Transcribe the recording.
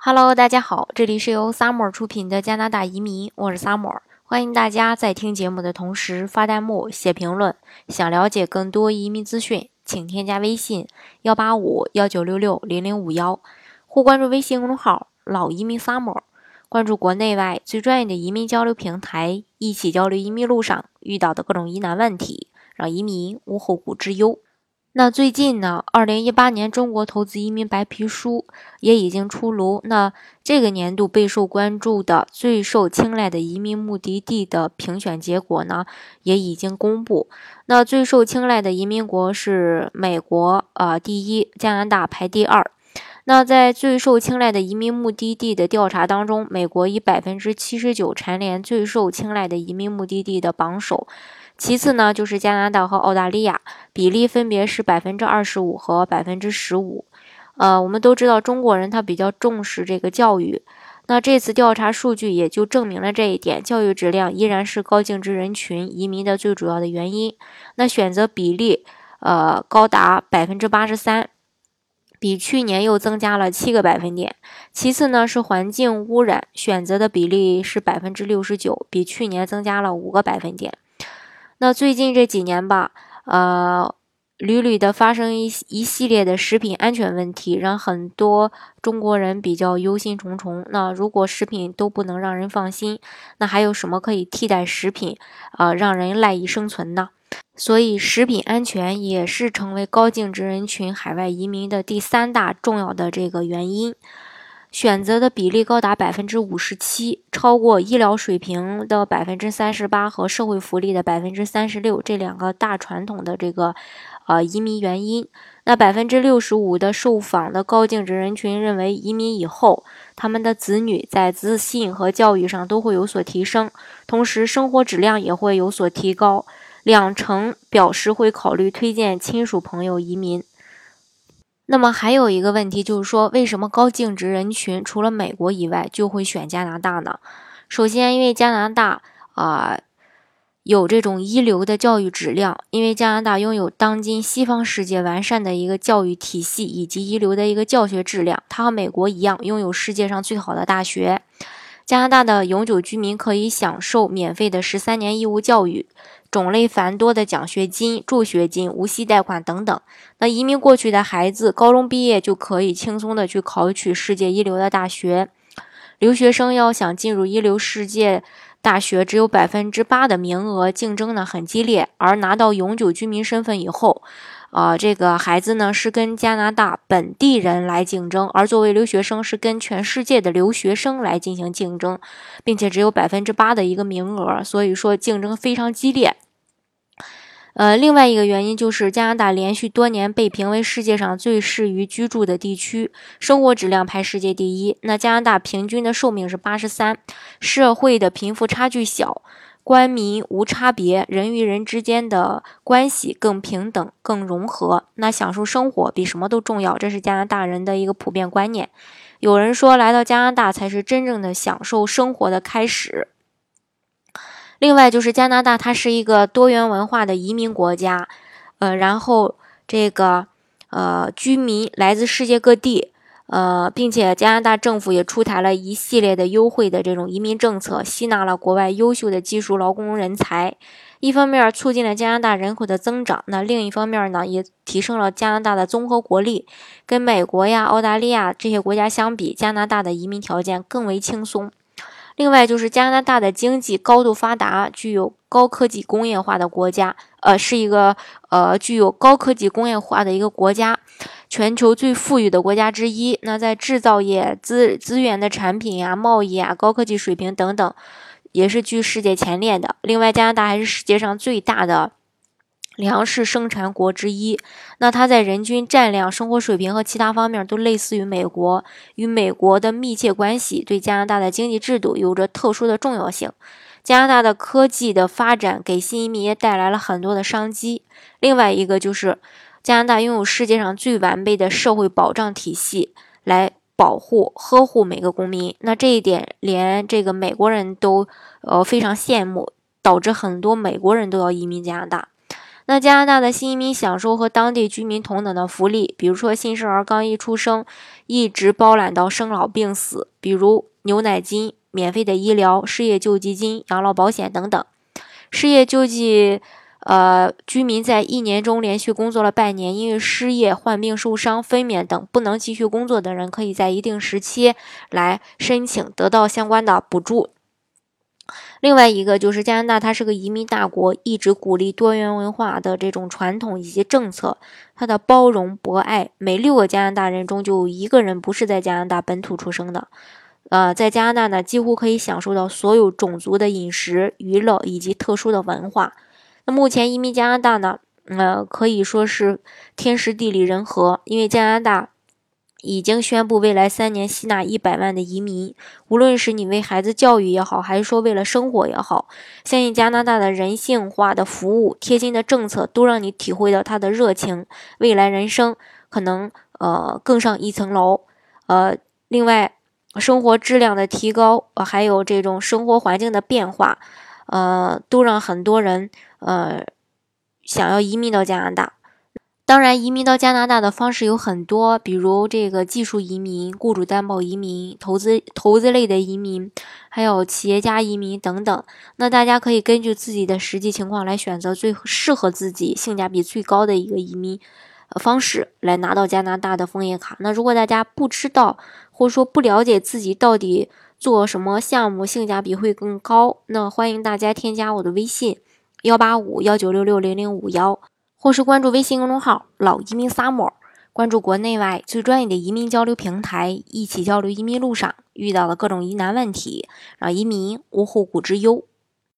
Hello，大家好，这里是由 Summer 出品的加拿大移民，我是 Summer，欢迎大家在听节目的同时发弹幕、写评论。想了解更多移民资讯，请添加微信18519660051，或关注微信公众号老移民 Summer， 关注国内外最专业的移民交流平台，一起交流移民路上遇到的各种疑难问题，让移民无后顾之忧。那最近呢，2018年中国投资移民白皮书也已经出炉。那这个年度备受关注的、最受青睐的移民目的地的评选结果呢，也已经公布。那最受青睐的移民国是美国，第一，加拿大排第二。那在最受青睐的移民目的地的调查当中，美国以79%蝉联最受青睐的移民目的地的榜首。其次呢，就是加拿大和澳大利亚，比例分别是25%和15%。我们都知道中国人他比较重视这个教育，那这次调查数据也就证明了这一点，教育质量依然是高净值人群移民的最主要的原因。那选择比例高达83%，比去年又增加了7个百分点。其次呢是环境污染，选择的比例是69%，比去年增加了5个百分点。那最近这几年吧，屡屡的发生一系列的食品安全问题，让很多中国人比较忧心忡忡。那如果食品都不能让人放心，那还有什么可以替代食品，让人赖以生存呢？所以食品安全也是成为高净值人群海外移民的第三大重要的这个原因。选择的比例高达57%，超过医疗水平的38%和社会福利的36%，这两个大传统的这个移民原因。那65%的受访的高净值人群认为，移民以后，他们的子女在自信和教育上都会有所提升，同时生活质量也会有所提高。20%表示会考虑推荐亲属朋友移民。那么还有一个问题就是说，为什么高净值人群除了美国以外就会选加拿大呢？首先，因为加拿大有这种一流的教育质量，因为加拿大拥有当今西方世界完善的一个教育体系以及一流的一个教学质量，它和美国一样拥有世界上最好的大学。加拿大的永久居民可以享受免费的13年义务教育，种类繁多的奖学金、助学金、无息贷款等等。那移民过去的孩子，高中毕业就可以轻松的去考取世界一流的大学。留学生要想进入一流世界大学，只有8%的名额，竞争呢很激烈。而拿到永久居民身份以后，这个孩子呢是跟加拿大本地人来竞争，而作为留学生是跟全世界的留学生来进行竞争，并且只有8%的一个名额，所以说竞争非常激烈。另外一个原因就是加拿大连续多年被评为世界上最适宜居住的地区，生活质量排世界第一。那加拿大平均的寿命是83，社会的贫富差距小，官民无差别，人与人之间的关系更平等、更融合。那享受生活比什么都重要，这是加拿大人的一个普遍观念。有人说，来到加拿大才是真正的享受生活的开始。另外就是加拿大，它是一个多元文化的移民国家，然后这个居民来自世界各地，并且加拿大政府也出台了一系列的优惠的这种移民政策，吸纳了国外优秀的技术劳工人才。一方面促进了加拿大人口的增长，那另一方面呢，也提升了加拿大的综合国力。跟美国呀、澳大利亚这些国家相比，加拿大的移民条件更为轻松。另外就是加拿大的经济高度发达，具有高科技工业化的国家，是一个具有高科技工业化的一个国家，全球最富裕的国家之一。那在制造业、资源的产品啊、贸易啊、高科技水平等等，也是居世界前列的。另外，加拿大还是世界上最大的粮食生产国之一，那它在人均占量、生活水平和其他方面都类似于美国，与美国的密切关系对加拿大的经济制度有着特殊的重要性。加拿大的科技的发展给新移民也带来了很多的商机。另外一个就是加拿大拥有世界上最完备的社会保障体系来保护、呵护每个公民。那这一点连这个美国人都非常羡慕，导致很多美国人都要移民加拿大。 那加拿大的新移民享受和当地居民同等的福利，比如说新生儿刚一出生，一直包揽到生老病死，比如牛奶金、免费的医疗、失业救济金、养老保险等等。失业救济居民在1年中连续工作了半年，因为失业、患病、受伤、分娩等不能继续工作的人，可以在一定时期来申请得到相关的补助。另外一个就是加拿大，它是个移民大国，一直鼓励多元文化的这种传统以及政策，它的包容博爱，每6个加拿大人中就有1个人不是在加拿大本土出生的。在加拿大呢，几乎可以享受到所有种族的饮食、娱乐以及特殊的文化。那目前移民加拿大呢，可以说是天时地利人和，因为加拿大已经宣布未来3年吸纳100万的移民，无论是你为孩子教育也好，还是说为了生活也好，相信加拿大的人性化的服务、贴心的政策都让你体会到它的热情，未来人生可能更上一层楼。另外生活质量的提高，还有这种生活环境的变化，都让很多人想要移民到加拿大。当然，移民到加拿大的方式有很多，比如这个技术移民、雇主担保移民、投资类的移民，还有企业家移民等等。那大家可以根据自己的实际情况来选择最适合自己、性价比最高的一个移民方式，来拿到加拿大的枫叶卡。那如果大家不知道，或者说不了解自己到底做什么项目性价比会更高，那欢迎大家添加我的微信18519660051，或是关注微信公众号老移民 Summer， 关注国内外最专业的移民交流平台，一起交流移民路上遇到的各种疑难问题，让移民无后顾之忧。